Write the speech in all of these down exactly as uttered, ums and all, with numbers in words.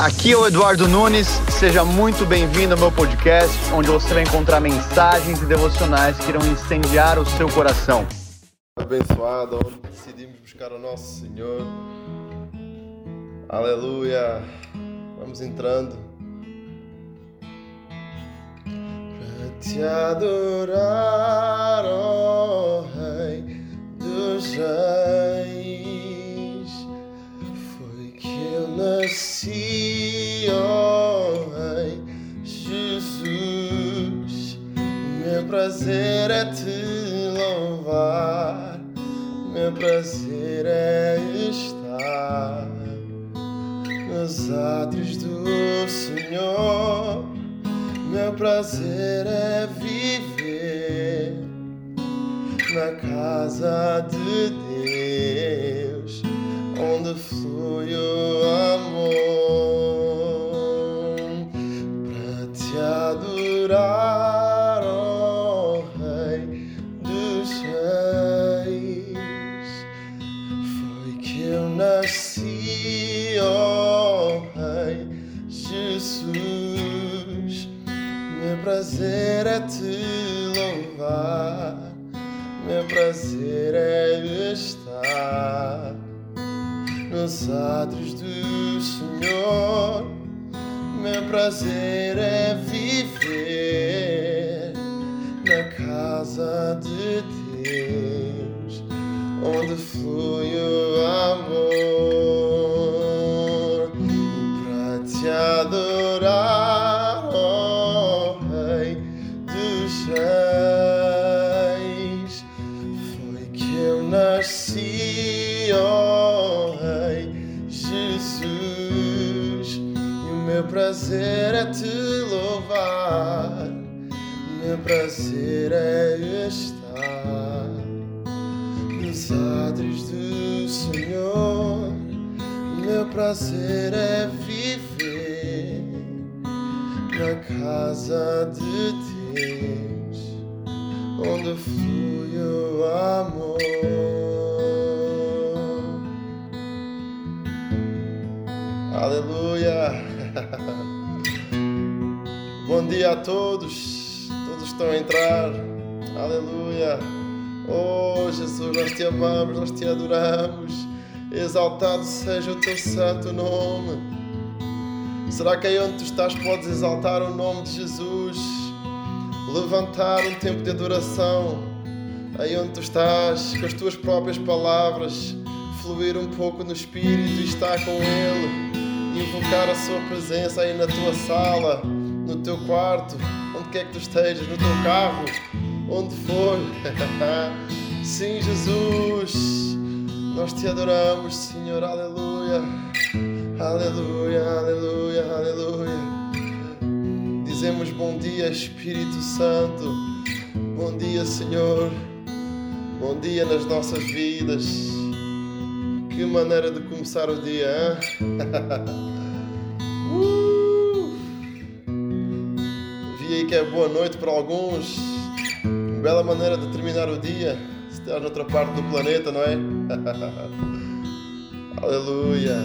Aqui é o Eduardo Nunes, seja muito bem-vindo ao meu podcast, onde você vai encontrar mensagens e devocionais que irão incendiar o seu coração. Abençoado, onde decidimos buscar o nosso Senhor. Aleluia! Vamos entrando. Para te adorar, ó Rei dos Reis, foi que eu nasci, ó Rei Jesus. Meu prazer é te louvar, meu prazer é estar nos átrios do Senhor. Meu prazer é viver na casa de Deus, onde flui o amor. Para te adorar, ó Rei dos Reis, foi que eu nasci, ó Rei Jesus. Meu prazer é te louvar, meu prazer é estar nos átrios do Senhor. Meu prazer é viver na casa de Deus, onde flui o amor. Para te adorar, ó Rei dos Reis, foi que eu nasci, ó Rei Jesus. E o meu prazer é te louvar, meu prazer é estar nos átrios do Senhor. Meu prazer é viver na casa de Deus, onde flui o amor. Aleluia! Bom dia a todos, todos estão a entrar. Aleluia! Oh Jesus, nós te amamos, nós te adoramos. Exaltado seja o teu santo nome. Será que aí onde tu estás podes exaltar o nome de Jesus? Levantar um tempo de adoração. Aí onde tu estás, com as tuas próprias palavras, fluir um pouco no Espírito e estar com Ele. Invocar a sua presença aí na tua sala, no teu quarto, onde quer que tu estejas, no teu carro, onde for. Sim, Jesus, nós te adoramos, Senhor. Aleluia, aleluia, aleluia, aleluia. Dizemos bom dia, Espírito Santo. Bom dia, Senhor. Bom dia nas nossas vidas. Que maneira de começar o dia, hein? uh! Vi aí que é boa noite para alguns. Bela maneira de terminar o dia, se estás noutra parte do planeta, não é? Aleluia!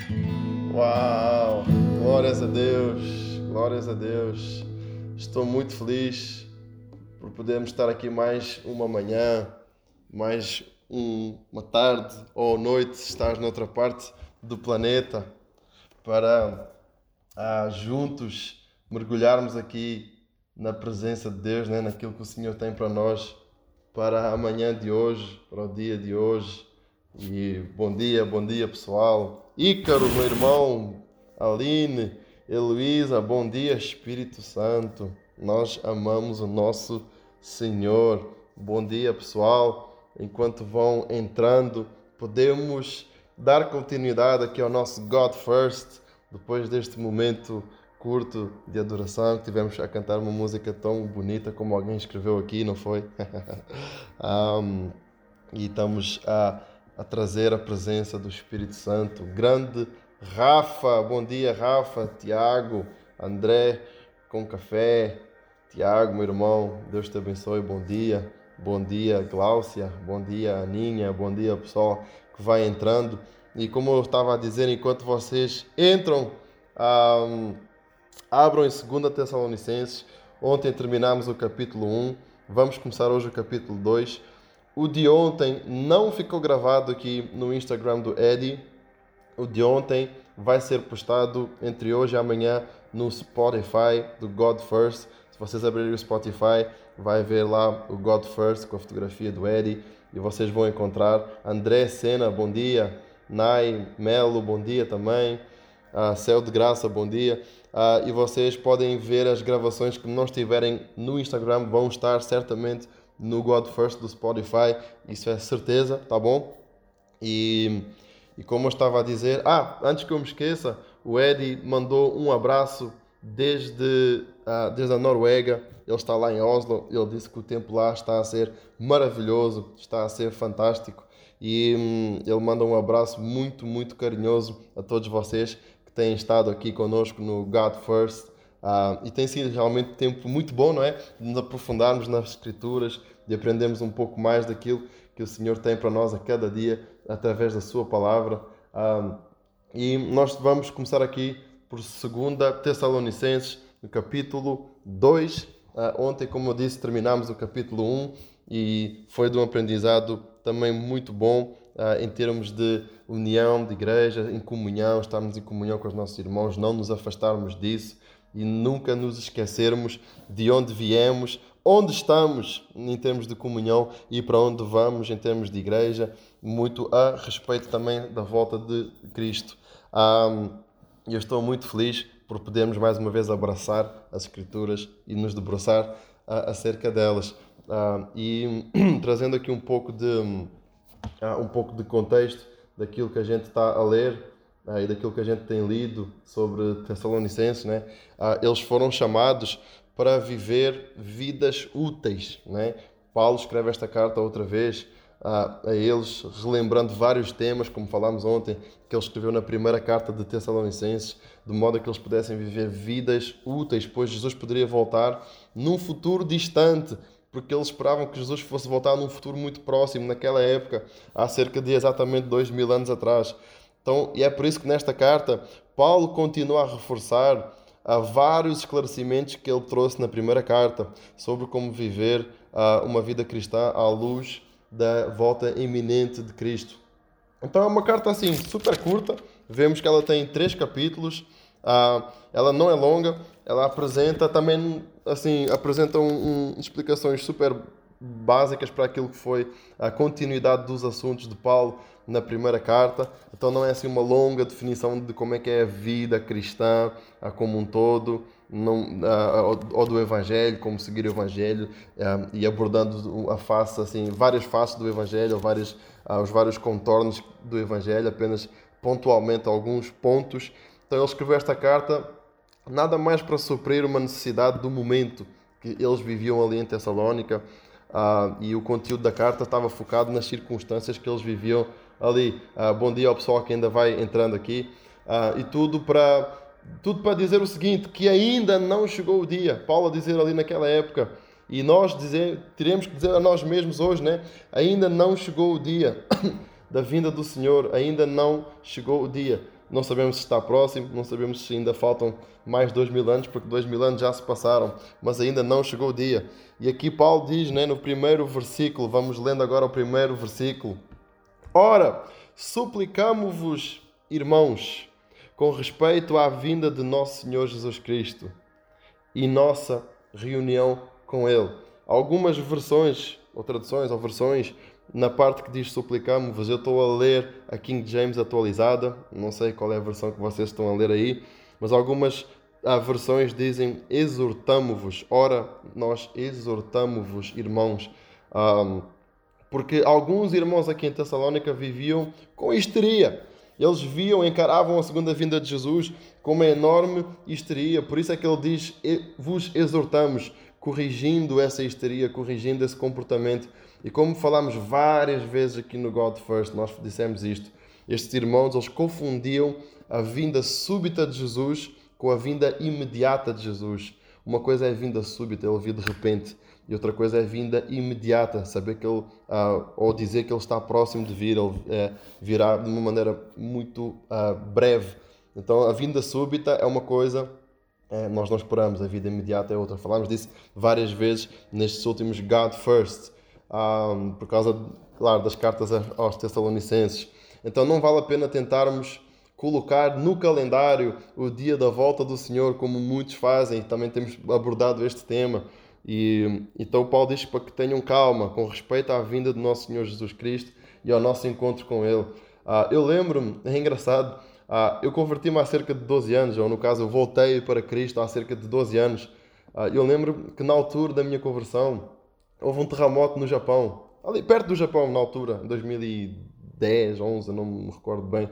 Uau! Glórias a Deus! Glórias a Deus! Estou muito feliz por podermos estar aqui mais uma manhã, mais um, uma tarde ou noite, se estás noutra parte do planeta, para ah, juntos mergulharmos aqui na presença de Deus, né? Naquilo que o Senhor tem para nós, para a manhã de hoje, para o dia de hoje. E bom dia, bom dia pessoal. Ícaro, meu irmão, Aline, Heloísa, bom dia Espírito Santo. Nós amamos o nosso Senhor. Bom dia pessoal. Enquanto vão entrando, podemos dar continuidade aqui ao nosso God First, depois deste momento curto de adoração, que tivemos a cantar uma música tão bonita como alguém escreveu aqui, não foi? um, e estamos a, a trazer a presença do Espírito Santo. Grande Rafa, bom dia Rafa, Tiago, André com café, Tiago, meu irmão, Deus te abençoe, bom dia. Bom dia, Gláucia. Bom dia, Aninha. Bom dia, pessoal que vai entrando. E como eu estava a dizer, enquanto vocês entram, Um, abram em segunda Tessalonicenses. Ontem terminámos o capítulo um. Vamos começar hoje o capítulo dois. O de ontem não ficou gravado aqui no Instagram do Eddie. O de ontem vai ser postado entre hoje e amanhã no Spotify do God First. Se vocês abrirem o Spotify, vai ver lá o God First com a fotografia do Eddie e vocês vão encontrar André Sena, bom dia. Nai Melo, bom dia também. Uh, Céu de Graça, bom dia. Uh, e vocês podem ver as gravações que não estiverem no Instagram, vão estar certamente no God First do Spotify, isso é certeza, tá bom? E, e como eu estava a dizer, ah, antes que eu me esqueça, o Eddie mandou um abraço desde, uh, desde a Noruega, ele está lá em Oslo, ele disse que o tempo lá está a ser maravilhoso, está a ser fantástico, e hum, ele manda um abraço muito, muito carinhoso a todos vocês que têm estado aqui conosco no God First. Uh, e tem sido realmente um tempo muito bom, não é? De nos aprofundarmos nas Escrituras, de aprendermos um pouco mais daquilo que o Senhor tem para nós a cada dia, através da Sua Palavra. Uh, e nós vamos começar aqui por segunda Tessalonicenses, no capítulo dois. Uh, ontem, como eu disse, terminámos o capítulo um e foi de um aprendizado também muito bom, uh, em termos de união, de igreja, em comunhão, estarmos em comunhão com os nossos irmãos, não nos afastarmos disso e nunca nos esquecermos de onde viemos, onde estamos em termos de comunhão e para onde vamos em termos de igreja, muito a respeito também da volta de Cristo. Um, eu estou muito feliz por podermos mais uma vez abraçar as Escrituras e nos debruçar uh, acerca delas. Uh, e trazendo aqui um pouco de, uh, um pouco de contexto daquilo que a gente está a ler, Ah, e daquilo que a gente tem lido sobre Tessalonicenses, né? Ah, eles foram chamados para viver vidas úteis, né? Paulo escreve esta carta outra vez ah, a eles, relembrando vários temas, como falámos ontem, que ele escreveu na primeira carta de Tessalonicenses, de modo a que eles pudessem viver vidas úteis, pois Jesus poderia voltar num futuro distante, porque eles esperavam que Jesus fosse voltar num futuro muito próximo, naquela época, há cerca de exatamente dois mil anos atrás. Então, e é por isso que nesta carta Paulo continua a reforçar a vários esclarecimentos que ele trouxe na primeira carta sobre como viver uh, uma vida cristã à luz da volta iminente de Cristo. Então é uma carta assim super curta, vemos que ela tem três capítulos, uh, ela não é longa, ela apresenta também assim apresenta um, um, explicações super básicas para aquilo que foi a continuidade dos assuntos de Paulo na primeira carta. Então não é assim uma longa definição de como é que é a vida cristã como um todo, não, ou do Evangelho, como seguir o Evangelho, e abordando a face, assim, várias faces do Evangelho, ou vários, os vários contornos do Evangelho, apenas pontualmente alguns pontos. Então ele escreveu esta carta nada mais para suprir uma necessidade do momento que eles viviam ali em Tessalónica. Uh, e o conteúdo da carta estava focado nas circunstâncias que eles viviam ali. Uh, bom dia ao pessoal que ainda vai entrando aqui. Uh, e tudo para, tudo para dizer o seguinte, que ainda não chegou o dia. Paulo a dizer ali naquela época. E nós dizer, teremos que dizer a nós mesmos hoje, né? Ainda não chegou o dia da vinda do Senhor. Ainda não chegou o dia. Não sabemos se está próximo, não sabemos se ainda faltam mais dois mil anos, porque dois mil anos já se passaram, mas ainda não chegou o dia. E aqui Paulo diz, né, no primeiro versículo, vamos lendo agora o primeiro versículo. Ora, suplicamo-vos, irmãos, com respeito à vinda de nosso Senhor Jesus Cristo e nossa reunião com Ele. Algumas versões, ou traduções, ou versões, na parte que diz suplicamo-vos, eu estou a ler a King James atualizada, não sei qual é a versão que vocês estão a ler aí, mas algumas ah, versões dizem exortamo-vos. Ora, nós exortamo-vos, irmãos, um, porque alguns irmãos aqui em Tessalónica viviam com histeria. Eles viam, encaravam a segunda vinda de Jesus com uma enorme histeria, por isso é que ele diz, vos exortamos, corrigindo essa histeria, corrigindo esse comportamento. E como falámos várias vezes aqui no God First, nós dissemos isto, estes irmãos, eles confundiam a vinda súbita de Jesus com a vinda imediata de Jesus. Uma coisa é a vinda súbita, ele vir de repente, e outra coisa é a vinda imediata, saber que ele, uh, ou dizer que ele está próximo de vir, ele uh, virá de uma maneira muito uh, breve. Então a vinda súbita é uma coisa, é, nós não esperamos, a vida imediata é outra. Falámos disso várias vezes nestes últimos God First, um, por causa, claro, das cartas aos Tessalonicenses. Então não vale a pena tentarmos colocar no calendário o dia da volta do Senhor, como muitos fazem. Também temos abordado este tema. E então Paulo diz para que tenham calma com respeito à vinda do nosso Senhor Jesus Cristo e ao nosso encontro com Ele. Uh, eu lembro-me, é engraçado, uh, eu converti-me há cerca de doze anos, ou no caso eu voltei para Cristo há cerca de doze anos. Uh, eu lembro que na altura da minha conversão houve um terremoto no Japão, ali perto do Japão, na altura, em dois mil e dez, onze, não me recordo bem.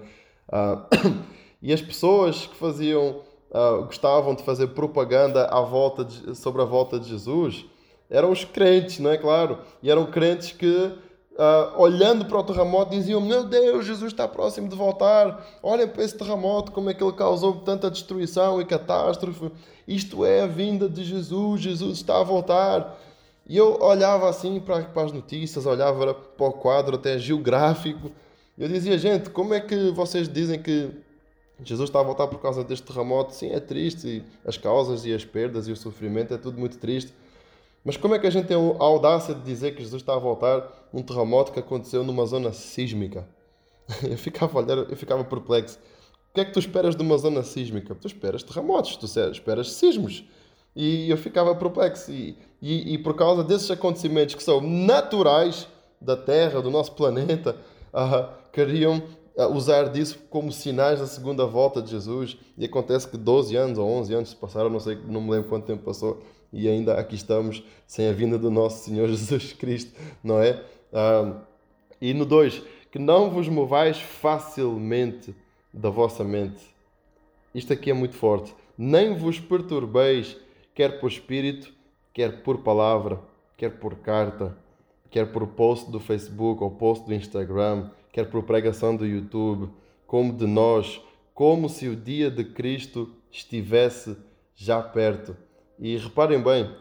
Uh, e as pessoas que faziam, uh, gostavam de fazer propaganda à volta de, sobre a volta de Jesus eram os crentes, não é claro? E eram crentes que, uh, olhando para o terremoto, diziam: meu Deus, Jesus está próximo de voltar. Olhem para esse terremoto, como é que ele causou tanta destruição e catástrofe. Isto é a vinda de Jesus, Jesus está a voltar. E eu olhava assim para, para as notícias, olhava para o quadro até geográfico. Eu dizia: gente, como é que vocês dizem que Jesus está a voltar por causa deste terremoto? Sim, é triste, e as causas e as perdas e o sofrimento é tudo muito triste. Mas como é que a gente tem a audácia de dizer que Jesus está a voltar num terremoto que aconteceu numa zona sísmica? Eu ficava a olhar, eu ficava perplexo. O que é que tu esperas de uma zona sísmica? Tu esperas terremotos, tu esperas sismos. E eu ficava perplexo. E, e, e por causa desses acontecimentos que são naturais da Terra, do nosso planeta, uh, queriam uh, usar disso como sinais da segunda volta de Jesus. E acontece que doze anos ou onze anos se passaram, não sei, não me lembro quanto tempo passou, e ainda aqui estamos sem a vinda do nosso Senhor Jesus Cristo, não é? Uh, e no dois, que não vos movais facilmente da vossa mente. Isto aqui é muito forte. Nem vos perturbeis, quer por espírito, quer por palavra, quer por carta, quer por post do Facebook ou post do Instagram, quer por pregação do YouTube, como de nós, como se o dia de Cristo estivesse já perto. E reparem bem,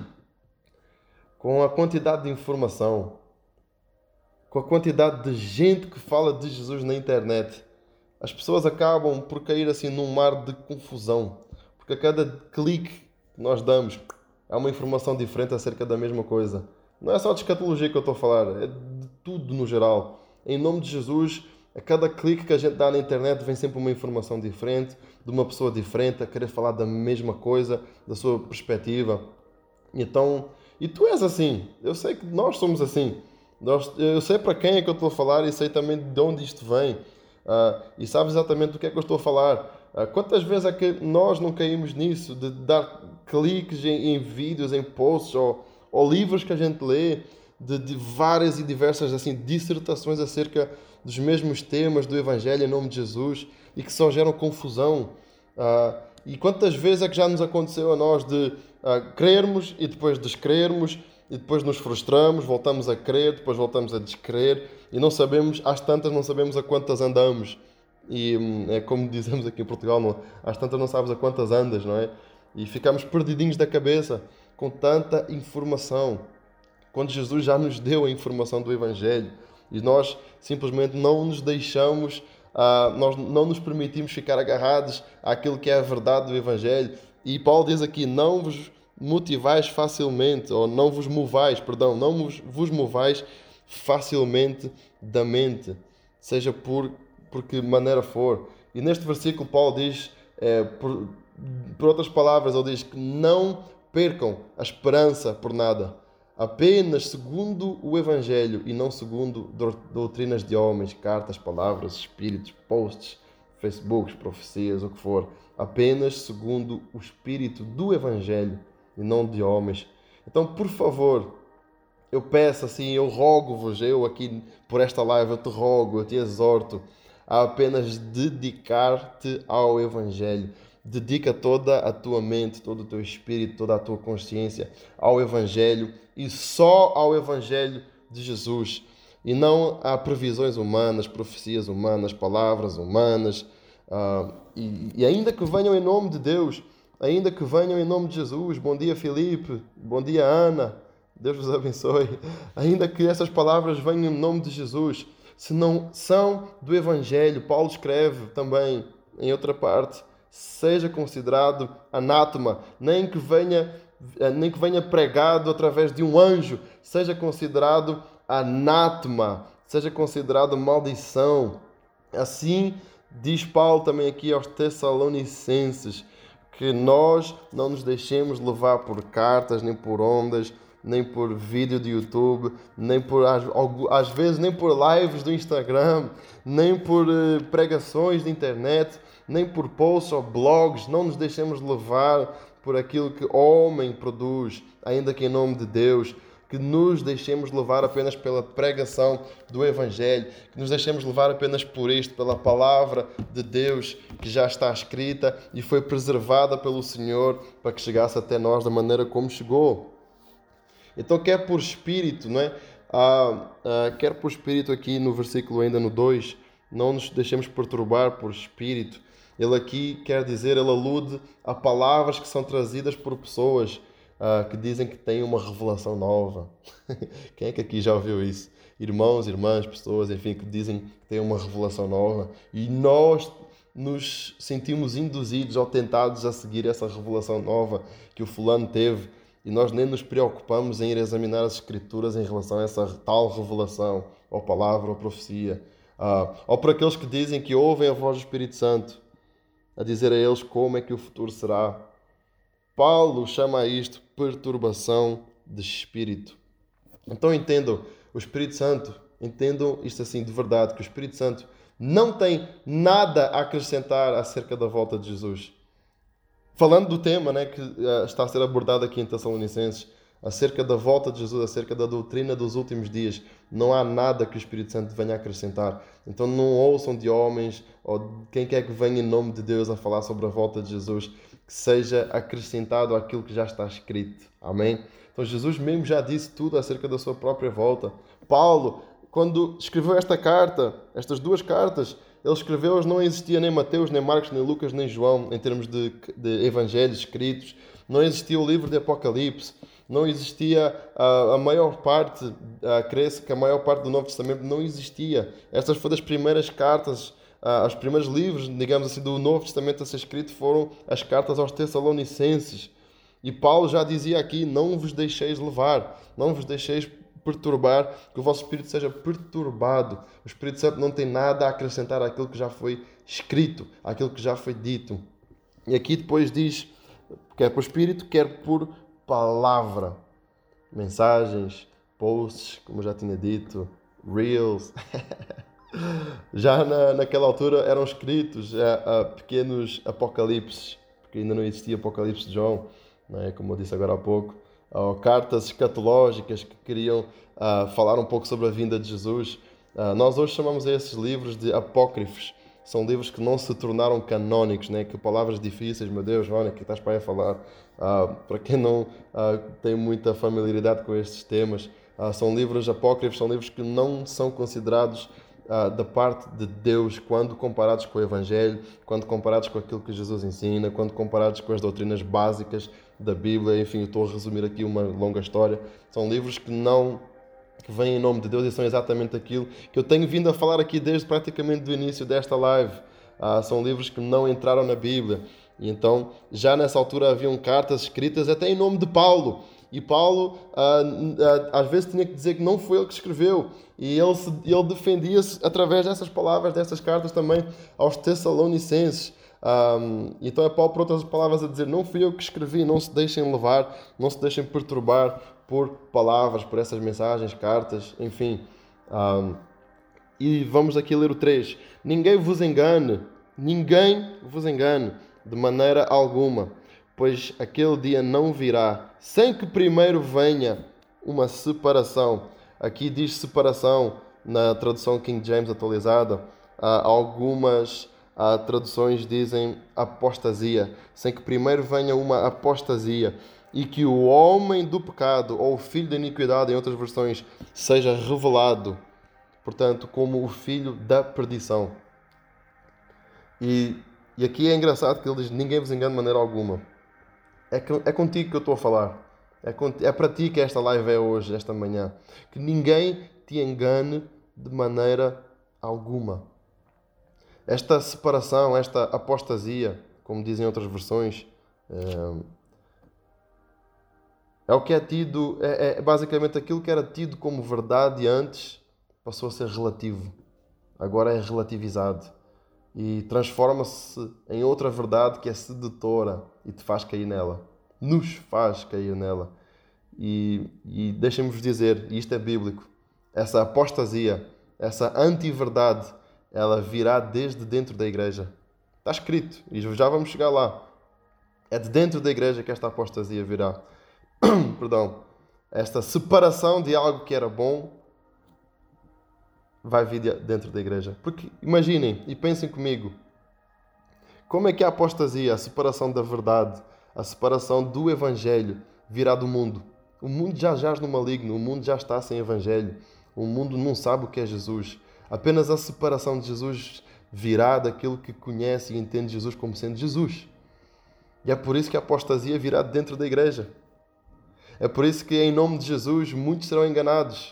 com a quantidade de informação, com a quantidade de gente que fala de Jesus na internet, as pessoas acabam por cair assim num mar de confusão, porque a cada clique que nós damos há uma informação diferente acerca da mesma coisa. Não é só de escatologia que eu estou a falar, é de tudo no geral. Em nome de Jesus, a cada clique que a gente dá na internet vem sempre uma informação diferente, de uma pessoa diferente, a querer falar da mesma coisa, da sua perspectiva. Então, e tu és assim, eu sei que nós somos assim. Nós, eu sei para quem é que eu estou a falar e sei também de onde isto vem. Uh, e sabes exatamente do que é que eu estou a falar. Uh, quantas vezes é que nós não caímos nisso, de dar cliques em, em vídeos, em posts ou, ou livros que a gente lê, de, de várias e diversas assim, dissertações acerca dos mesmos temas do Evangelho em nome de Jesus e que só geram confusão. Uh, e quantas vezes é que já nos aconteceu a nós de uh, crermos e depois descrermos e depois nos frustramos, voltamos a crer, depois voltamos a descrer e não sabemos, às tantas não sabemos a quantas andamos. E hum, é como dizemos aqui em Portugal, não, às tantas não sabes a quantas andas, não é? E ficamos perdidinhos da cabeça com tanta informação, quando Jesus já nos deu a informação do Evangelho e nós simplesmente não nos deixamos, uh, nós não nos permitimos ficar agarrados àquilo que é a verdade do Evangelho. E Paulo diz aqui: não vos motivais facilmente, ou não vos movais, perdão, não vos, vos movais facilmente da mente, seja por, por que maneira for. E neste versículo Paulo diz, é, por, por outras palavras, ele diz que não percam a esperança por nada, apenas segundo o Evangelho e não segundo doutrinas de homens, cartas, palavras, espíritos, posts, Facebooks, profecias, o que for. Apenas segundo o Espírito do Evangelho e não de homens. Então, por favor, eu peço assim, eu rogo-vos, eu aqui por esta live, eu te rogo, eu te exorto a apenas dedicar-te ao Evangelho. Dedica toda a tua mente, todo o teu espírito, toda a tua consciência ao Evangelho e só ao Evangelho de Jesus. E não a previsões humanas, profecias humanas, palavras humanas. Uh, e, e ainda que venham em nome de Deus, ainda que venham em nome de Jesus. Bom dia, Filipe. Bom dia, Ana. Deus vos abençoe. Ainda que essas palavras venham em nome de Jesus, se não são do Evangelho, Paulo escreve também em outra parte, seja considerado anátema, nem que venha, nem que venha pregado através de um anjo, seja considerado anátema, seja considerado maldição. Assim diz Paulo também aqui aos Tessalonicenses, que nós não nos deixemos levar por cartas, nem por ondas, nem por vídeo de YouTube, nem por, às, às vezes, nem por lives do Instagram, nem por uh, pregações de internet, nem por posts ou blogs. Não nos deixemos levar por aquilo que homem produz, ainda que em nome de Deus. Que nos deixemos levar apenas pela pregação do Evangelho, que nos deixemos levar apenas por isto, pela palavra de Deus que já está escrita e foi preservada pelo Senhor para que chegasse até nós da maneira como chegou. Então, quer por Espírito, não é? Ah, ah, quer por Espírito aqui no versículo ainda no dois, não nos deixemos perturbar por Espírito. Ele aqui quer dizer, ele alude a palavras que são trazidas por pessoas Uh, que dizem que têm uma revelação nova. Quem é que aqui já ouviu isso? Irmãos, irmãs, pessoas, enfim, que dizem que têm uma revelação nova e nós nos sentimos induzidos ou tentados a seguir essa revelação nova que o fulano teve e nós nem nos preocupamos em ir examinar as Escrituras em relação a essa tal revelação, ou palavra, ou profecia. Uh, ou por aqueles que dizem que ouvem a voz do Espírito Santo a dizer a eles como é que o futuro será. Paulo chama isto perturbação de espírito. Então entendam, o Espírito Santo, entendam isto assim de verdade, que o Espírito Santo não tem nada a acrescentar acerca da volta de Jesus. Falando do tema, né, que uh, está a ser abordado aqui em Tessalonicenses, acerca da volta de Jesus, acerca da doutrina dos últimos dias, não há nada que o Espírito Santo venha a acrescentar. Então não ouçam de homens ou de quem quer que venha em nome de Deus a falar sobre a volta de Jesus, que seja acrescentado àquilo que já está escrito. Amém? Então Jesus mesmo já disse tudo acerca da sua própria volta. Paulo, quando escreveu esta carta, estas duas cartas, ele escreveu-as, não existia nem Mateus, nem Marcos, nem Lucas, nem João, em termos de, de evangelhos escritos. Não existia o livro de Apocalipse. Não existia a, a maior parte, a crença que a maior parte do Novo Testamento não existia. Estas foram as primeiras cartas, os primeiros livros, digamos assim, do Novo Testamento a ser escrito foram as cartas aos Tessalonicenses. E Paulo já dizia aqui, não vos deixeis levar, não vos deixeis perturbar, que o vosso espírito seja perturbado. O Espírito Santo não tem nada a acrescentar àquilo que já foi escrito, àquilo que já foi dito. E aqui depois diz, quer por espírito, quer por palavra. Mensagens, posts, como eu já tinha dito, reels. Já na, naquela altura eram escritos a, a pequenos apocalipses, porque ainda não existia Apocalipse de João, não é? Como eu disse agora há pouco, ou cartas escatológicas que queriam uh, falar um pouco sobre a vinda de Jesus. Uh, nós hoje chamamos esses livros de apócrifos. São livros que não se tornaram canónicos, né? Que palavras difíceis, meu Deus, olha, que estás para aí a falar. Uh, para quem não uh, tem muita familiaridade com estes temas, uh, são livros apócrifos, são livros que não são considerados Uh, da parte de Deus, quando comparados com o Evangelho, quando comparados com aquilo que Jesus ensina, quando comparados com as doutrinas básicas da Bíblia. Enfim, eu estou a resumir aqui uma longa história. São livros que não que vêm em nome de Deus e são exatamente aquilo que eu tenho vindo a falar aqui desde praticamente o início desta live. Uh, são livros que não entraram na Bíblia. E então, já nessa altura haviam cartas escritas até em nome de Paulo. E Paulo, ah, ah, às vezes, tinha que dizer que não foi ele que escreveu. E ele, se, ele defendia-se através dessas palavras, dessas cartas também aos Tessalonicenses. Ah, então é Paulo, por outras palavras, a dizer, não fui eu que escrevi, não se deixem levar, não se deixem perturbar por palavras, por essas mensagens, cartas, enfim. Ah, e vamos aqui ler o três. Ninguém vos engane, ninguém vos engane, de maneira alguma. Pois aquele dia não virá, sem que primeiro venha uma separação. Aqui diz separação, na tradução King James atualizada. Há algumas há traduções dizem apostasia. Sem que primeiro venha uma apostasia. E que o homem do pecado, ou o filho da iniquidade, em outras versões, seja revelado. Portanto, como o filho da perdição. E, e aqui é engraçado que ele diz, ninguém vos engane de maneira alguma. É, é contigo que eu estou a falar. É, é para ti que esta live é hoje, esta manhã. Que ninguém te engane de maneira alguma. Esta separação, esta apostasia, como dizem outras versões, é, é o que é tido, é, é basicamente aquilo que era tido como verdade antes, passou a ser relativo. Agora é relativizado e transforma-se em outra verdade que é sedutora e te faz cair nela. Nos faz cair nela. E, e deixem-me dizer, e isto é bíblico, essa apostasia, essa anti-verdade, ela virá desde dentro da igreja. Está escrito, e já vamos chegar lá. É de dentro da igreja que esta apostasia virá. Perdão. Esta separação de algo que era bom vai vir dentro da igreja. Porque imaginem e pensem comigo, como é que a apostasia, a separação da verdade, a separação do evangelho virá do mundo? O mundo já jaz no maligno, o mundo já está sem evangelho, o mundo não sabe o que é Jesus. Apenas a separação de Jesus virá daquilo que conhece e entende Jesus como sendo Jesus. E é por isso que a apostasia virá dentro da igreja. É por isso que em nome de Jesus muitos serão enganados.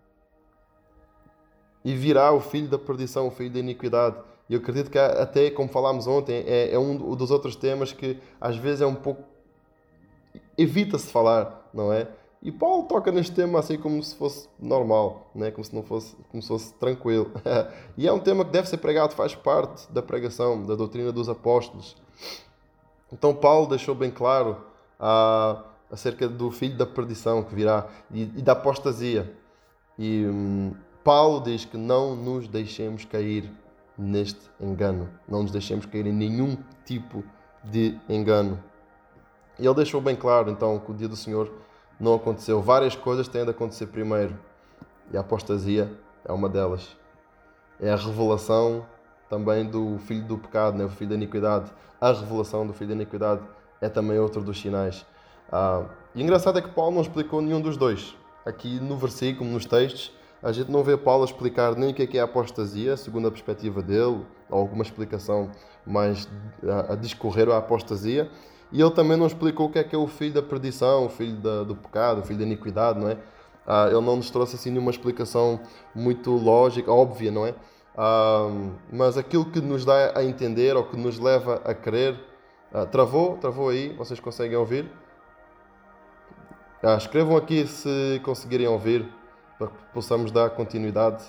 E virá o filho da perdição, o filho da iniquidade. E eu acredito que até, como falámos ontem, é, é um dos outros temas que às vezes é um pouco... evita-se falar, não é? E Paulo toca neste tema assim como se fosse normal, né? Como se não fosse, como se fosse tranquilo. E é um tema que deve ser pregado, faz parte da pregação, da doutrina dos apóstolos. Então Paulo deixou bem claro ah, acerca do filho da perdição que virá e, e da apostasia. E hum, Paulo diz que não nos deixemos cair neste engano. Não nos deixemos cair em nenhum tipo de engano. E ele deixou bem claro, então, que o dia do Senhor não aconteceu. Várias coisas têm de acontecer primeiro. E a apostasia é uma delas. É a revelação também do filho do pecado, né? O filho da iniquidade. A revelação do filho da iniquidade é também outro dos sinais. Ah, e engraçado é que Paulo não explicou nenhum dos dois. Aqui no versículo, nos textos, a gente não vê Paulo explicar nem o que é, que é a apostasia, segundo a perspectiva dele, ou alguma explicação mais a, a discorrer a apostasia. E ele também não explicou o que é que é o filho da perdição, o filho da, do pecado, o filho da iniquidade, não é? Ah, ele não nos trouxe assim nenhuma explicação muito lógica, óbvia, não é? Ah, mas aquilo que nos dá a entender, ou que nos leva a crer... Ah, travou? Travou aí? Vocês conseguem ouvir? Ah, escrevam aqui se conseguirem ouvir, para que possamos dar continuidade.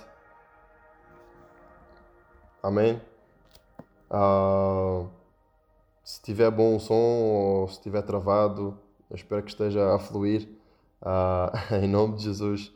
Amém? Ah, se tiver bom o som ou se estiver travado, eu espero que esteja a fluir. Ah, em nome de Jesus.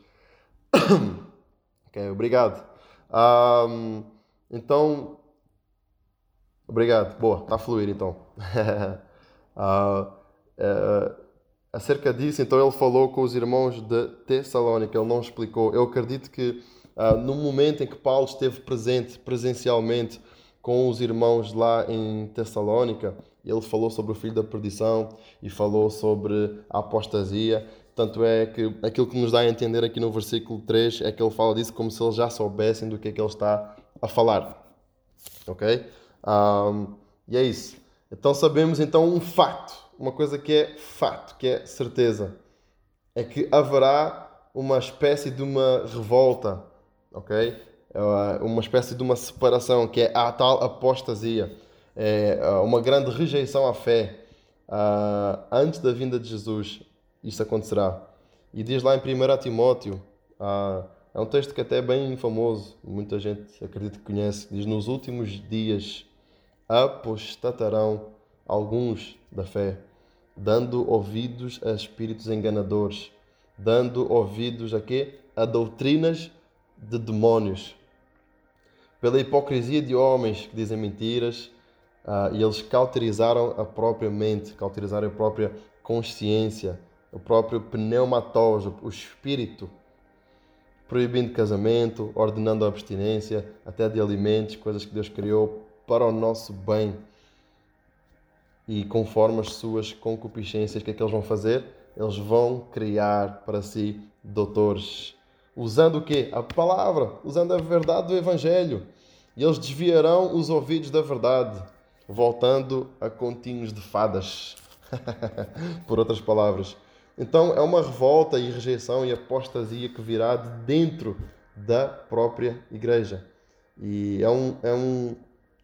Ok, obrigado. Ah, então, obrigado. Boa, está a fluir então. ah, é, acerca disso, então ele falou com os irmãos de Tessalónica, ele não explicou. Eu acredito que ah, no momento em que Paulo esteve presente presencialmente com os irmãos lá em Tessalónica, ele falou sobre o filho da perdição e falou sobre a apostasia. Tanto é que aquilo que nos dá a entender aqui no versículo três é que ele fala disso como se eles já soubessem do que é que ele está a falar. Ok? Um, e é isso. Então sabemos então um facto, uma coisa que é fato, que é certeza, é que haverá uma espécie de uma revolta, ok? Uma espécie de uma separação, que é a tal apostasia, é uma grande rejeição à fé. Antes da vinda de Jesus, isso acontecerá. E diz lá em primeiro Timóteo, é um texto que até é bem famoso, muita gente acredita que conhece, diz: nos últimos dias apostatarão alguns da fé, dando ouvidos a espíritos enganadores, dando ouvidos a quê? A doutrinas de demónios, pela hipocrisia de homens que dizem mentiras, uh, e eles cauterizaram a própria mente, cauterizaram a própria consciência, o próprio pneumatós, o espírito, proibindo casamento, ordenando a abstinência, até de alimentos, coisas que Deus criou para o nosso bem. E conforme as suas concupiscências, o que é que eles vão fazer? Eles vão criar para si doutores. Usando o quê? A palavra, usando a verdade do Evangelho. E eles desviarão os ouvidos da verdade, voltando a continhos de fadas. Por outras palavras. Então é uma revolta e rejeição e apostasia que virá de dentro da própria igreja. E é um, é um,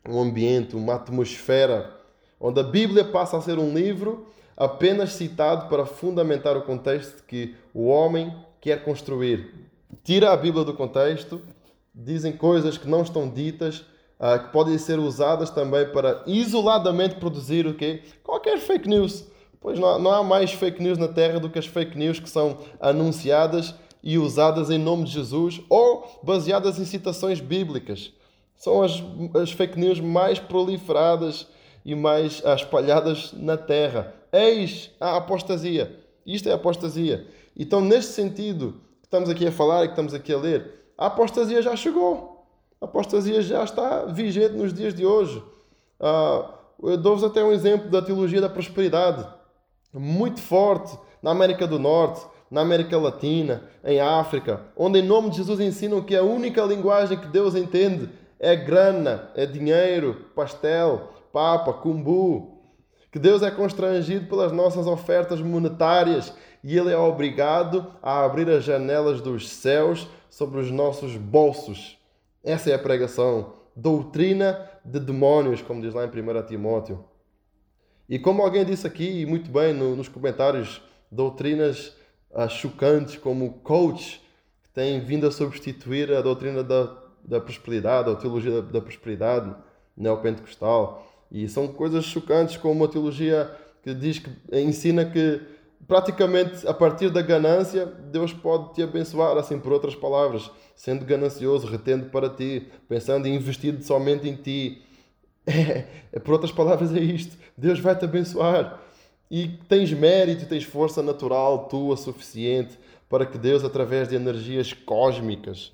um ambiente, uma atmosfera, onde a Bíblia passa a ser um livro apenas citado para fundamentar o contexto que o homem quer construir. Tira a Bíblia do contexto, dizem coisas que não estão ditas, uh, que podem ser usadas também para isoladamente produzir o quê? Qualquer fake news. Pois não há, não há mais fake news na Terra do que as fake news que são anunciadas e usadas em nome de Jesus ou baseadas em citações bíblicas. São as, as fake news mais proliferadas e mais ah, espalhadas na Terra. Eis a apostasia. Isto é a apostasia. Então, neste sentido que estamos aqui a falar e que estamos aqui a ler, a apostasia já chegou. A apostasia já está vigente nos dias de hoje. Ah, eu dou-vos até um exemplo da teologia da prosperidade. Muito forte na América do Norte, na América Latina, em África, onde em nome de Jesus ensinam que a única linguagem que Deus entende é grana, é dinheiro, pastel, papa, cumbu. Que Deus é constrangido pelas nossas ofertas monetárias e Ele é obrigado a abrir as janelas dos céus sobre os nossos bolsos. Essa é a pregação. Doutrina de demónios, como diz lá em primeiro Timóteo. E como alguém disse aqui, muito bem no, nos comentários, doutrinas ah, chocantes como coach, que têm vindo a substituir a doutrina da, da prosperidade, ou a teologia da, da prosperidade neopentecostal. E são coisas chocantes como a teologia que diz que ensina que praticamente a partir da ganância Deus pode te abençoar, assim por outras palavras, sendo ganancioso, retendo para ti, pensando em investir somente em ti. É, é, por outras palavras é isto, Deus vai te abençoar e tens mérito, tens força natural tua suficiente para que Deus, através de energias cósmicas,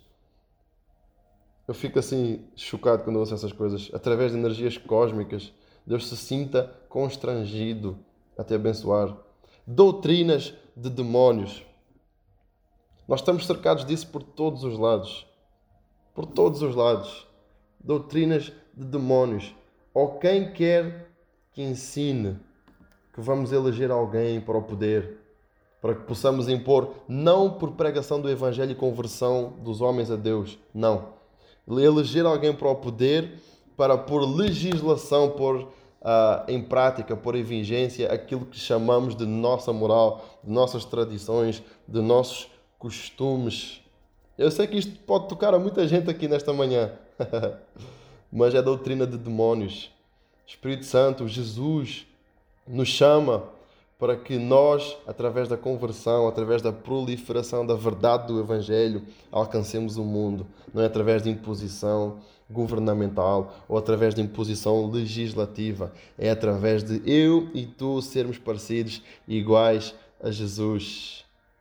eu fico assim chocado quando ouço essas coisas, através de energias cósmicas, Deus se sinta constrangido a te abençoar. Doutrinas de demónios. Nós estamos cercados disso por todos os lados. Por todos os lados. Doutrinas de demónios. Ou quem quer que ensine que vamos eleger alguém para o poder, para que possamos impor, não por pregação do Evangelho e conversão dos homens a Deus, não. Eleger alguém para o poder, para por legislação, pôr uh, em prática, pôr em vigência aquilo que chamamos de nossa moral, de nossas tradições, de nossos costumes. Eu sei que isto pode tocar a muita gente aqui nesta manhã, mas é doutrina de demónios. Espírito Santo, Jesus, nos chama para que nós, através da conversão, através da proliferação da verdade do Evangelho, alcancemos o mundo. Não é através de imposição governamental ou através de imposição legislativa. É através de eu e tu sermos parecidos e iguais a Jesus.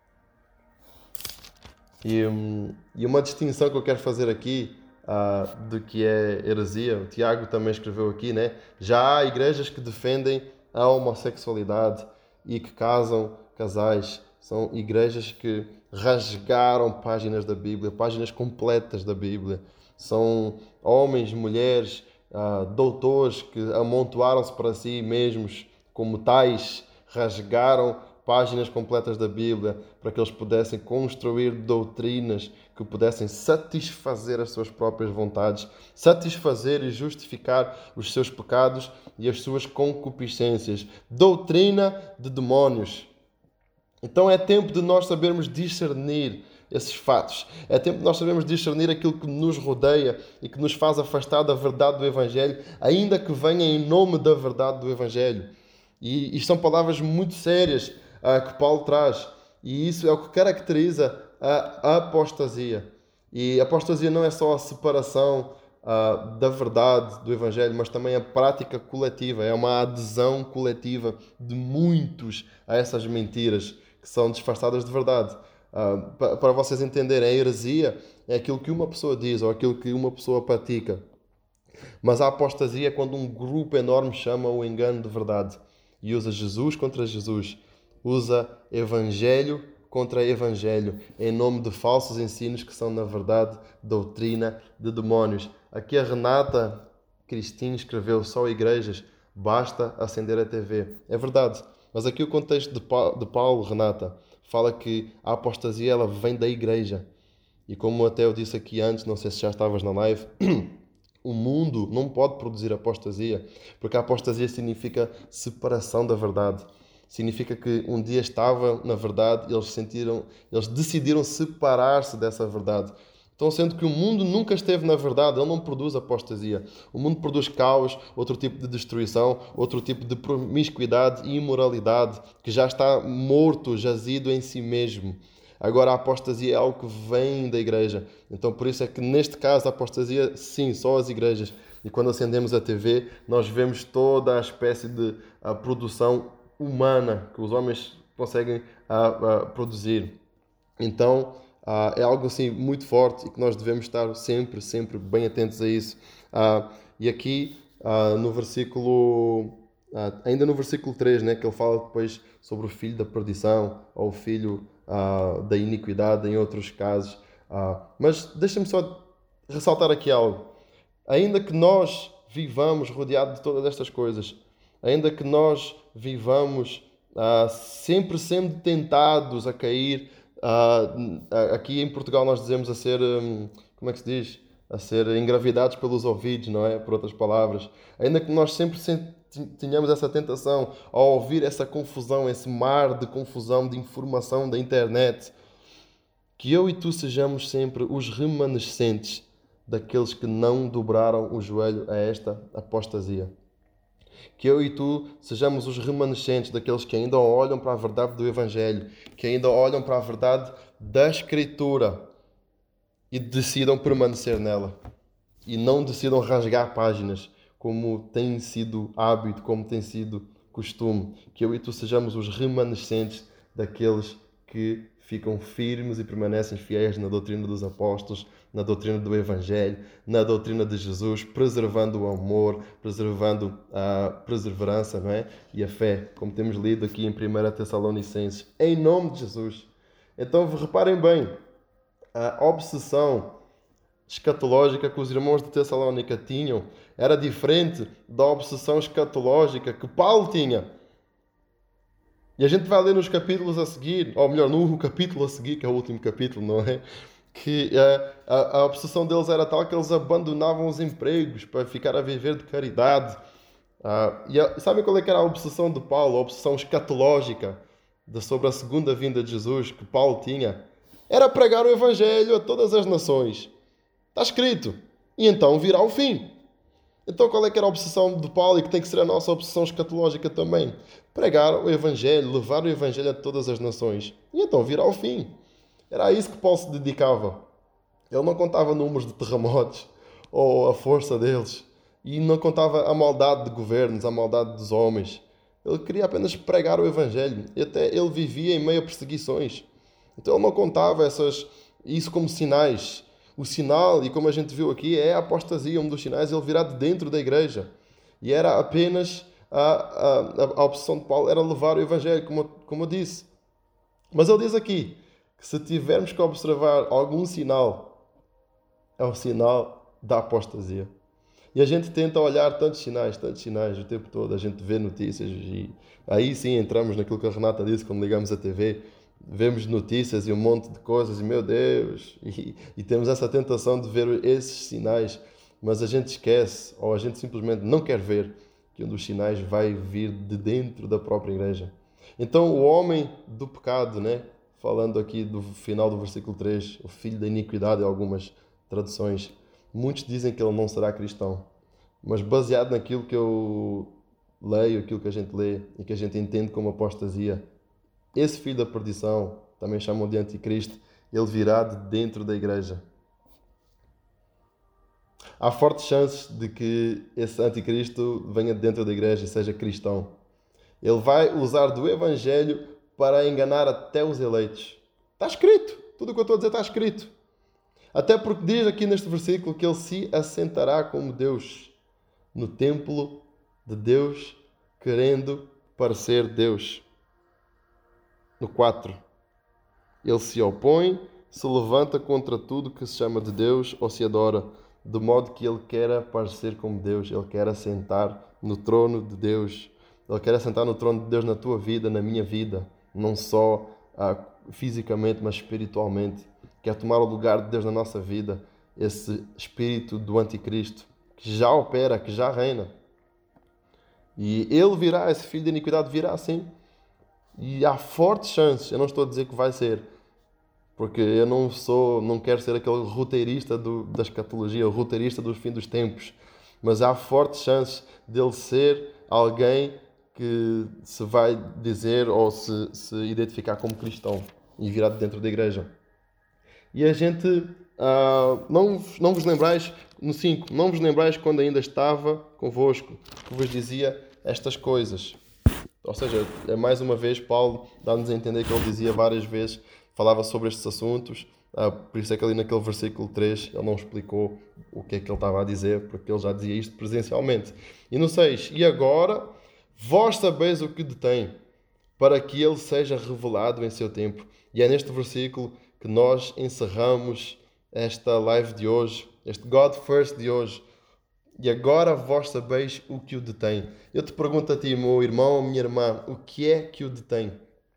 E, e uma distinção que eu quero fazer aqui uh, do que é heresia, o Tiago também escreveu aqui, né? Já há igrejas que defendem a homossexualidade e que casam casais. São igrejas que rasgaram páginas da Bíblia, páginas completas da Bíblia. São homens, mulheres, uh, doutores que amontoaram-se para si mesmos como tais, rasgaram páginas completas da Bíblia para que eles pudessem construir doutrinas que pudessem satisfazer as suas próprias vontades, satisfazer e justificar os seus pecados e as suas concupiscências. Doutrina de demónios. Então é tempo de nós sabermos discernir esses fatos. É tempo de nós sabermos discernir aquilo que nos rodeia e que nos faz afastar da verdade do Evangelho, ainda que venha em nome da verdade do Evangelho. E isto são palavras muito sérias uh, que Paulo traz. E isso é o que caracteriza a apostasia. E a apostasia não é só a separação uh, da verdade do Evangelho, mas também a prática coletiva. É uma adesão coletiva de muitos a essas mentiras que são disfarçadas de verdade. Uh, para vocês entenderem, a heresia é aquilo que uma pessoa diz ou aquilo que uma pessoa pratica. Mas a apostasia é quando um grupo enorme chama o engano de verdade e usa Jesus contra Jesus, usa Evangelho contra Evangelho, em nome de falsos ensinos que são, na verdade, doutrina de demónios. Aqui a Renata Cristina escreveu: só igrejas, basta acender a T V. É verdade, mas aqui o contexto de Paulo, Renata, fala que a apostasia ela vem da igreja. E como até eu disse aqui antes, não sei se já estavas na live, o mundo não pode produzir apostasia, porque a apostasia significa separação da verdade. Significa que um dia estava na verdade, eles sentiram, eles decidiram separar-se dessa verdade. Então, sendo que o mundo nunca esteve na verdade, ele não produz apostasia. O mundo produz caos, outro tipo de destruição, outro tipo de promiscuidade e imoralidade, que já está morto, jazido em si mesmo. Agora, a apostasia é algo que vem da igreja. Então, por isso é que, neste caso, a apostasia, sim, só as igrejas. E quando acendemos a T V, nós vemos toda a espécie de a produção humana que os homens conseguem a, a produzir. Então, a, é algo assim muito forte e que nós devemos estar sempre, sempre bem atentos a isso. A, e aqui, a, no versículo... ainda no versículo três, né, que ele fala depois sobre o filho da perdição ou o filho uh, da iniquidade em outros casos. Uh, mas deixa-me só ressaltar aqui algo. Ainda que nós vivamos rodeados de todas estas coisas, ainda que nós vivamos uh, sempre sendo tentados a cair, uh, aqui em Portugal nós dizemos a ser, um, como é que se diz? A ser engravidados pelos ouvidos, não é? Por outras palavras. Ainda que nós sempre tenhamos essa tentação ao ouvir essa confusão, esse mar de confusão, de informação da internet, que eu e tu sejamos sempre os remanescentes daqueles que não dobraram o joelho a esta apostasia. Que eu e tu sejamos os remanescentes daqueles que ainda olham para a verdade do Evangelho, que ainda olham para a verdade da Escritura e decidam permanecer nela. E não decidam rasgar páginas, como tem sido hábito, como tem sido costume. Que eu e tu sejamos os remanescentes daqueles que ficam firmes e permanecem fiéis na doutrina dos apóstolos, na doutrina do Evangelho, na doutrina de Jesus, preservando o amor, preservando a perseverança, não é? E a fé, como temos lido aqui em primeira Tessalonicenses, em nome de Jesus. Então, reparem bem, a obsessão escatológica que os irmãos de Tessalónica tinham era diferente da obsessão escatológica que Paulo tinha. E a gente vai ler nos capítulos a seguir, ou melhor, no capítulo a seguir, que é o último capítulo, não é? Que a, a, a obsessão deles era tal que eles abandonavam os empregos para ficar a viver de caridade. Ah, e a, sabem qual é que era a obsessão de Paulo? A obsessão escatológica de, sobre a segunda vinda de Jesus que Paulo tinha? Era pregar o Evangelho a todas as nações. Está escrito. E então virá o fim. Então qual é que era a obsessão de Paulo e que tem que ser a nossa obsessão escatológica também? Pregar o Evangelho, levar o Evangelho a todas as nações. E então virá o fim. Era a isso que Paulo se dedicava. Ele não contava números de terremotos ou a força deles. E não contava a maldade de governos, a maldade dos homens. Ele queria apenas pregar o Evangelho. E até ele vivia em meio a perseguições. Então ele não contava essas, isso como sinais. O sinal, e como a gente viu aqui, é a apostasia. Um dos sinais, ele virá de dentro da igreja. E era apenas a, a, a obsessão de Paulo, era levar o Evangelho, como, como eu disse. Mas ele diz aqui, que se tivermos que observar algum sinal, é o sinal da apostasia. E a gente tenta olhar tantos sinais, tantos sinais o tempo todo. A gente vê notícias e aí sim entramos naquilo que a Renata disse quando ligamos a T V. Vemos notícias e um monte de coisas e, meu Deus, e, e temos essa tentação de ver esses sinais, mas a gente esquece, ou a gente simplesmente não quer ver que um dos sinais vai vir de dentro da própria igreja. Então o homem do pecado, né? Falando aqui do final do versículo três, o filho da iniquidade, em algumas traduções, muitos dizem que ele não será cristão, mas baseado naquilo que eu leio, aquilo que a gente lê e que a gente entende como apostasia, esse filho da perdição, também chamam de anticristo, ele virá de dentro da igreja. Há fortes chances de que esse anticristo venha de dentro da igreja e seja cristão. Ele vai usar do Evangelho para enganar até os eleitos. Está escrito. Tudo o que eu estou a dizer está escrito. Até porque diz aqui neste versículo que ele se assentará como Deus no templo de Deus, querendo parecer Deus. No quatro, ele se opõe, se levanta contra tudo que se chama de Deus ou se adora, de modo que ele quer aparecer como Deus, ele quer assentar no trono de Deus, ele quer assentar no trono de Deus na tua vida, na minha vida, não só ah, fisicamente, mas espiritualmente, quer tomar o lugar de Deus na nossa vida, esse espírito do anticristo, que já opera, que já reina. E ele virá, esse filho de iniquidade virá assim. E há fortes chances, eu não estou a dizer que vai ser, porque eu não sou, não quero ser aquele roteirista do, da escatologia, o roteirista do fim dos tempos, mas há fortes chances dele ser alguém que se vai dizer ou se, se identificar como cristão e virar dentro da igreja. E a gente, uh, não, não vos lembrais, no cinco, não vos lembrais quando ainda estava convosco, que vos dizia estas coisas. Ou seja, mais uma vez, Paulo dá-nos a entender que ele dizia várias vezes, falava sobre estes assuntos, uh, por isso é que ali naquele versículo três ele não explicou o que é que ele estava a dizer, porque ele já dizia isto presencialmente. E no seis, e agora vós sabeis o que detém, para que ele seja revelado em seu tempo. E é neste versículo que nós encerramos esta live de hoje, este God First de hoje. E agora vós sabeis o que o detém. Eu te pergunto a ti, meu irmão, minha irmã, o que é que o detém?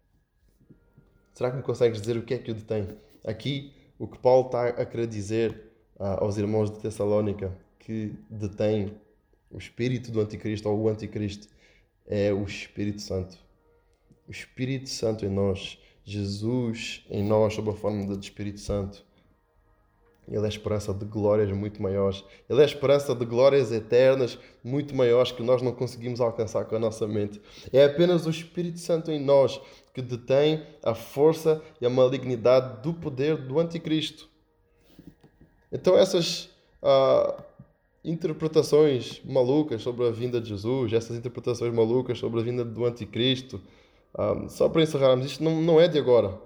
Será que me consegues dizer o que é que o detém? Aqui, o que Paulo está a querer dizer ah, aos irmãos de Tessalónica, que detém o espírito do anticristo ou o anticristo, é o Espírito Santo. O Espírito Santo em nós, Jesus em nós, sob a forma do Espírito Santo. Ele é a esperança de glórias muito maiores. Ele é a esperança de glórias eternas muito maiores que nós não conseguimos alcançar com a nossa mente. É apenas o Espírito Santo em nós que detém a força e a malignidade do poder do anticristo. Então essas ah, interpretações malucas sobre a vinda de Jesus, essas interpretações malucas sobre a vinda do anticristo, ah, só para encerrarmos, isto não, não é de agora.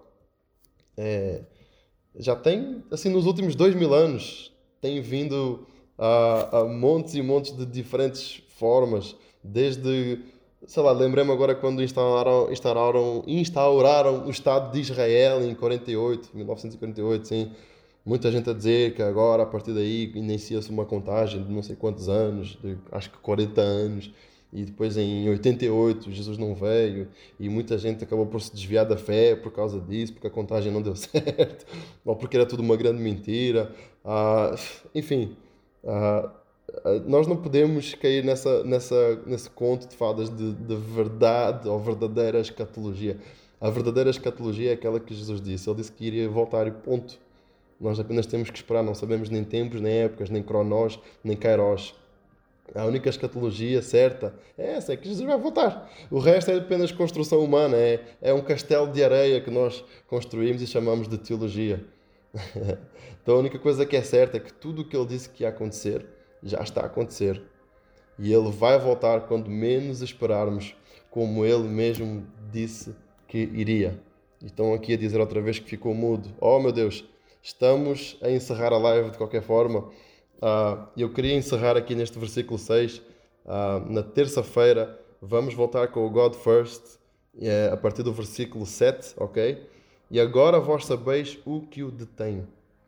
É... Já tem, assim, nos últimos dois mil anos, tem vindo a, a montes e montes de diferentes formas, desde, sei lá, lembrei-me agora quando instauraram, instauraram, instauraram o Estado de Israel em quarenta e oito, mil novecentos e quarenta e oito, sim. Muita gente a dizer que agora, a partir daí, inicia-se uma contagem de não sei quantos anos, de, acho que quarenta anos, e depois em oitenta e oito Jesus não veio e muita gente acabou por se desviar da fé por causa disso, porque a contagem não deu certo, ou porque era tudo uma grande mentira. Ah, enfim, ah, nós não podemos cair nessa, nessa, nesse conto de fadas de, de verdade ou verdadeira escatologia. A verdadeira escatologia é aquela que Jesus disse. Ele disse que iria voltar e ponto. Nós apenas temos que esperar, não sabemos nem tempos, nem épocas, nem cronós, nem kairos. A única escatologia certa é essa, é que Jesus vai voltar. O resto é apenas construção humana, é, é um castelo de areia que nós construímos e chamamos de teologia. Então a única coisa que é certa é que tudo o que ele disse que ia acontecer, já está a acontecer. E ele vai voltar quando menos esperarmos, como ele mesmo disse que iria. E estão aqui a dizer outra vez que ficou mudo. Oh meu Deus, estamos a encerrar a live de qualquer forma. Uh, eu queria encerrar aqui neste versículo seis. Uh, na terça-feira vamos voltar com o God First, uh, a partir do versículo sete, ok? E agora vós sabeis o que o detém.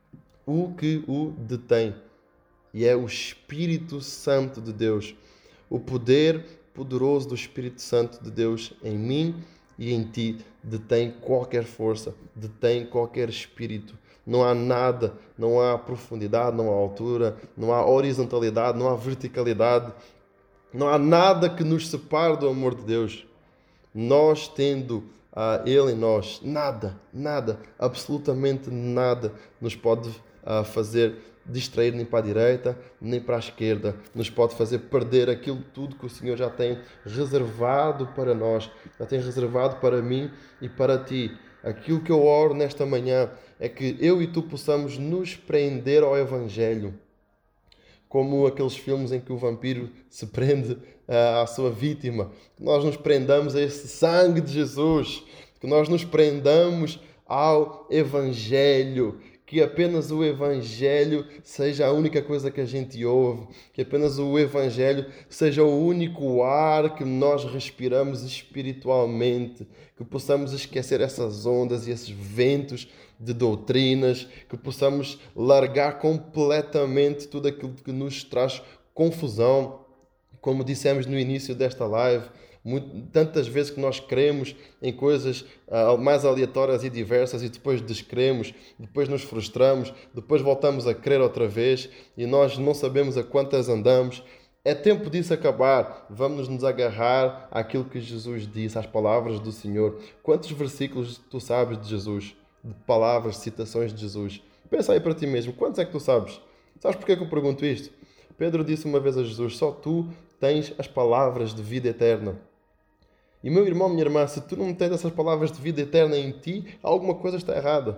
O que o detém. E é o Espírito Santo de Deus. O poder poderoso do Espírito Santo de Deus em mim e em ti detém qualquer força, detém qualquer espírito. Não há nada, não há profundidade, não há altura, não há horizontalidade, não há verticalidade. Não há nada que nos separe do amor de Deus. Nós tendo uh, Ele em nós, nada, nada, absolutamente nada nos pode uh, fazer distrair nem para a direita, nem para a esquerda. Nos pode fazer perder aquilo tudo que o Senhor já tem reservado para nós, já tem reservado para mim e para ti. Aquilo que eu oro nesta manhã é que eu e tu possamos nos prender ao Evangelho, como aqueles filmes em que o vampiro se prende uh, à sua vítima. Que nós nos prendamos a esse sangue de Jesus, que nós nos prendamos ao Evangelho, que apenas o Evangelho seja a única coisa que a gente ouve, que apenas o Evangelho seja o único ar que nós respiramos espiritualmente, que possamos esquecer essas ondas e esses ventos de doutrinas, que possamos largar completamente tudo aquilo que nos traz confusão. Como dissemos no início desta live, Muito, tantas vezes que nós cremos em coisas uh, mais aleatórias e diversas e depois descremos, depois nos frustramos, depois voltamos a crer outra vez e nós não sabemos a quantas andamos. É tempo disso acabar. Vamos nos agarrar àquilo que Jesus disse, às palavras do Senhor. Quantos versículos tu sabes de Jesus? De palavras, citações de Jesus? Pensa aí para ti mesmo. Quantos é que tu sabes? Sabes porquê que eu pergunto isto? Pedro disse uma vez a Jesus, só tu tens as palavras de vida eterna. E meu irmão, minha irmã, se tu não tens essas palavras de vida eterna em ti, alguma coisa está errada.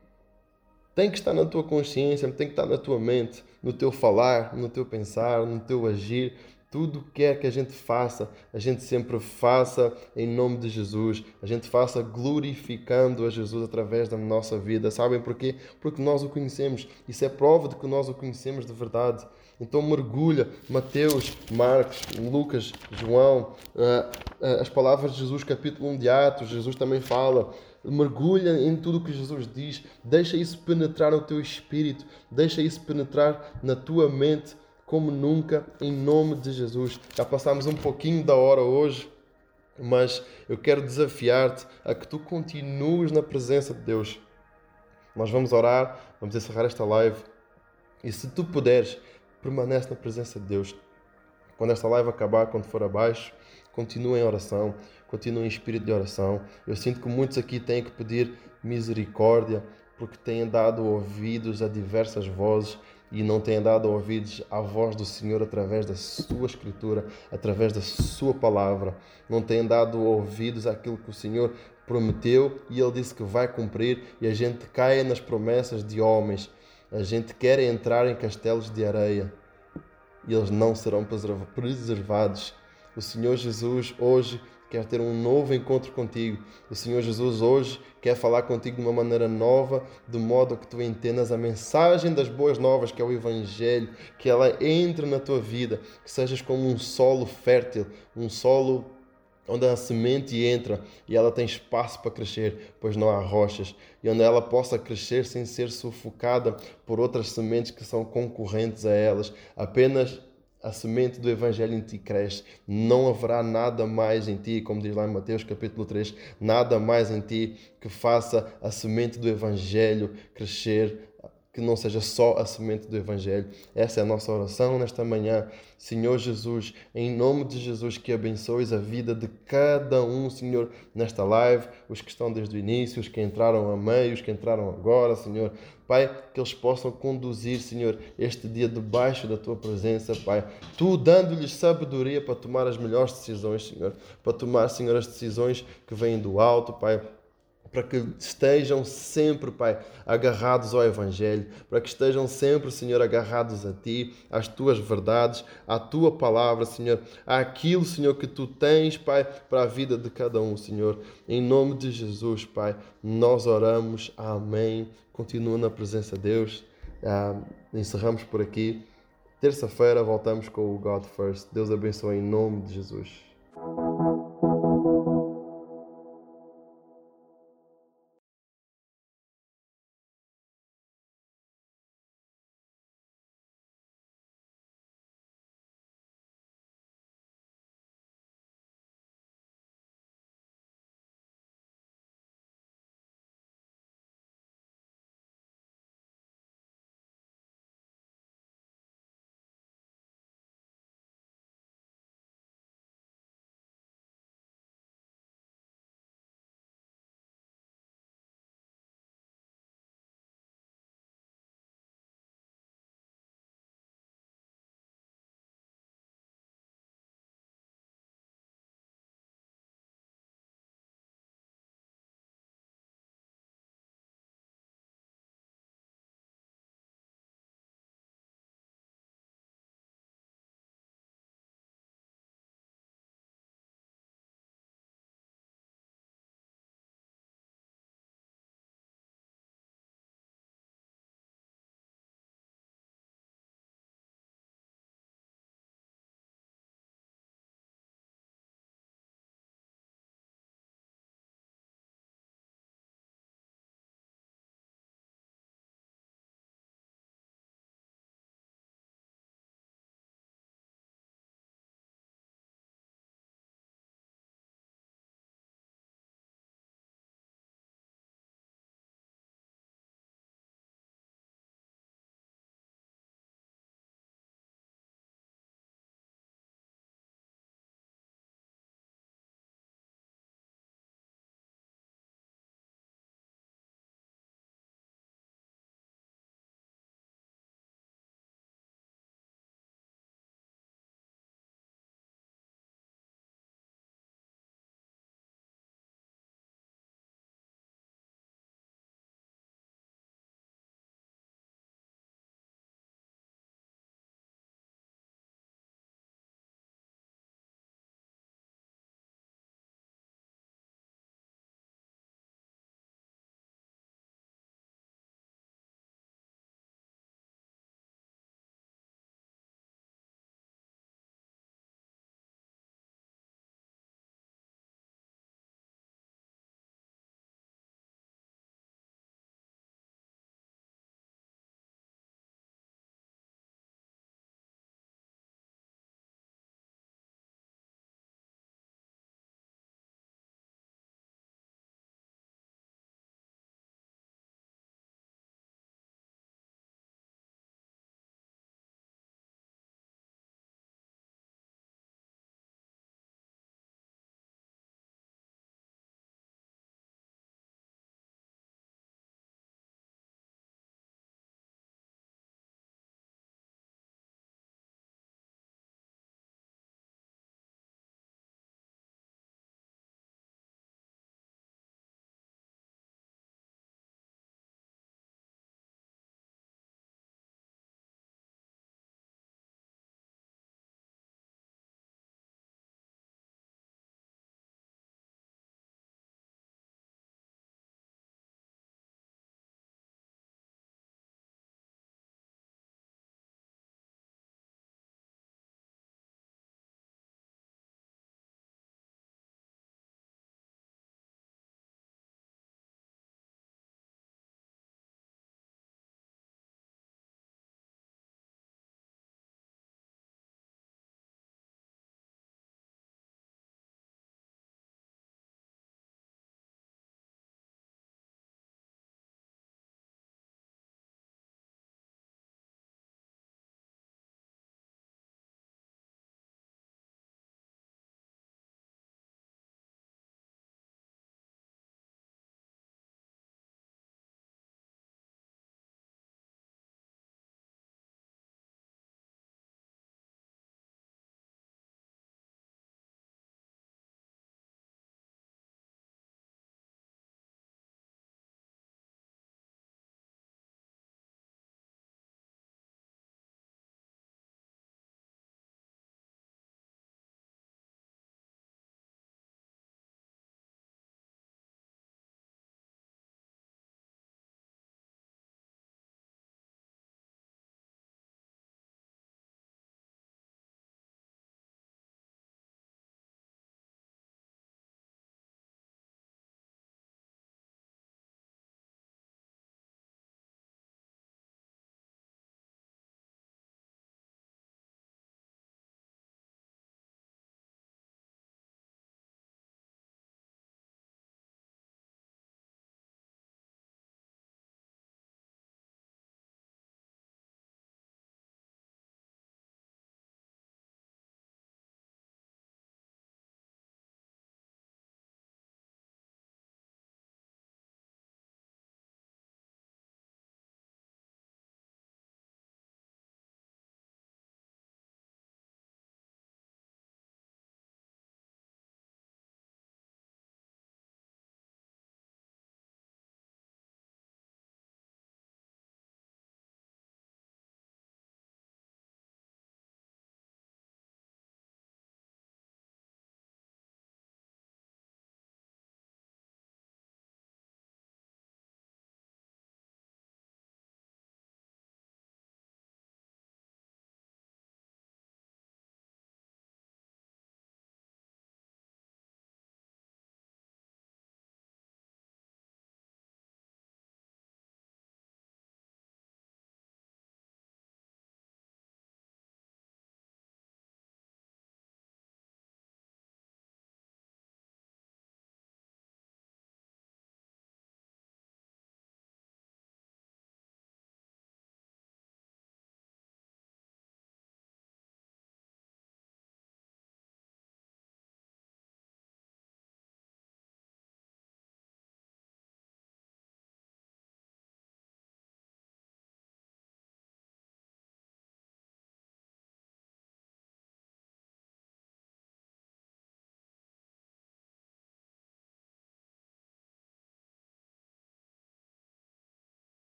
Tem que estar na tua consciência, tem que estar na tua mente, no teu falar, no teu pensar, no teu agir. Tudo que quer que a gente faça, a gente sempre faça em nome de Jesus. A gente faça glorificando a Jesus através da nossa vida. Sabem porquê? Porque nós o conhecemos. Isso é prova de que nós o conhecemos de verdade. Então mergulha Mateus, Marcos, Lucas, João, as palavras de Jesus, capítulo um de Atos, Jesus também fala. Mergulha em tudo o que Jesus diz. Deixa isso penetrar no teu espírito. Deixa isso penetrar na tua mente como nunca, em nome de Jesus. Já passámos um pouquinho da hora hoje, mas eu quero desafiar-te a que tu continues na presença de Deus. Nós vamos orar, vamos encerrar esta live. E se tu puderes, permanece na presença de Deus. Quando esta live acabar, quando for abaixo, continua em oração, continua em espírito de oração. Eu sinto que muitos aqui têm que pedir misericórdia, porque têm dado ouvidos a diversas vozes e não têm dado ouvidos à voz do Senhor através da sua Escritura, através da sua palavra. Não têm dado ouvidos àquilo que o Senhor prometeu e Ele disse que vai cumprir, e a gente cai nas promessas de homens. A gente quer entrar em castelos de areia e eles não serão preservados. O Senhor Jesus hoje quer ter um novo encontro contigo. O Senhor Jesus hoje quer falar contigo de uma maneira nova, de modo que tu entendas a mensagem das boas novas, que é o Evangelho, que ela entre na tua vida, que sejas como um solo fértil, um solo onde a semente entra e ela tem espaço para crescer, pois não há rochas, e onde ela possa crescer sem ser sufocada por outras sementes que são concorrentes a elas. Apenas a semente do Evangelho em ti cresce. Não haverá nada mais em ti, como diz lá em Mateus capítulo três, nada mais em ti que faça a semente do Evangelho crescer, que não seja só a semente do Evangelho. Essa é a nossa oração nesta manhã. Senhor Jesus, em nome de Jesus, que abençoes a vida de cada um, Senhor, nesta live, os que estão desde o início, os que entraram a meio, os que entraram agora, Senhor. Pai, que eles possam conduzir, Senhor, este dia debaixo da Tua presença, Pai. Tu dando-lhes sabedoria para tomar as melhores decisões, Senhor. Para tomar, Senhor, as decisões que vêm do alto, Pai. Para que estejam sempre, Pai, agarrados ao Evangelho, para que estejam sempre, Senhor, agarrados a Ti, às Tuas verdades, à Tua palavra, Senhor, àquilo, Senhor, que Tu tens, Pai, para a vida de cada um, Senhor. Em nome de Jesus, Pai, nós oramos. Amém. Continua na presença de Deus. Ah, encerramos por aqui. Terça-feira voltamos com o God First. Deus abençoe em nome de Jesus.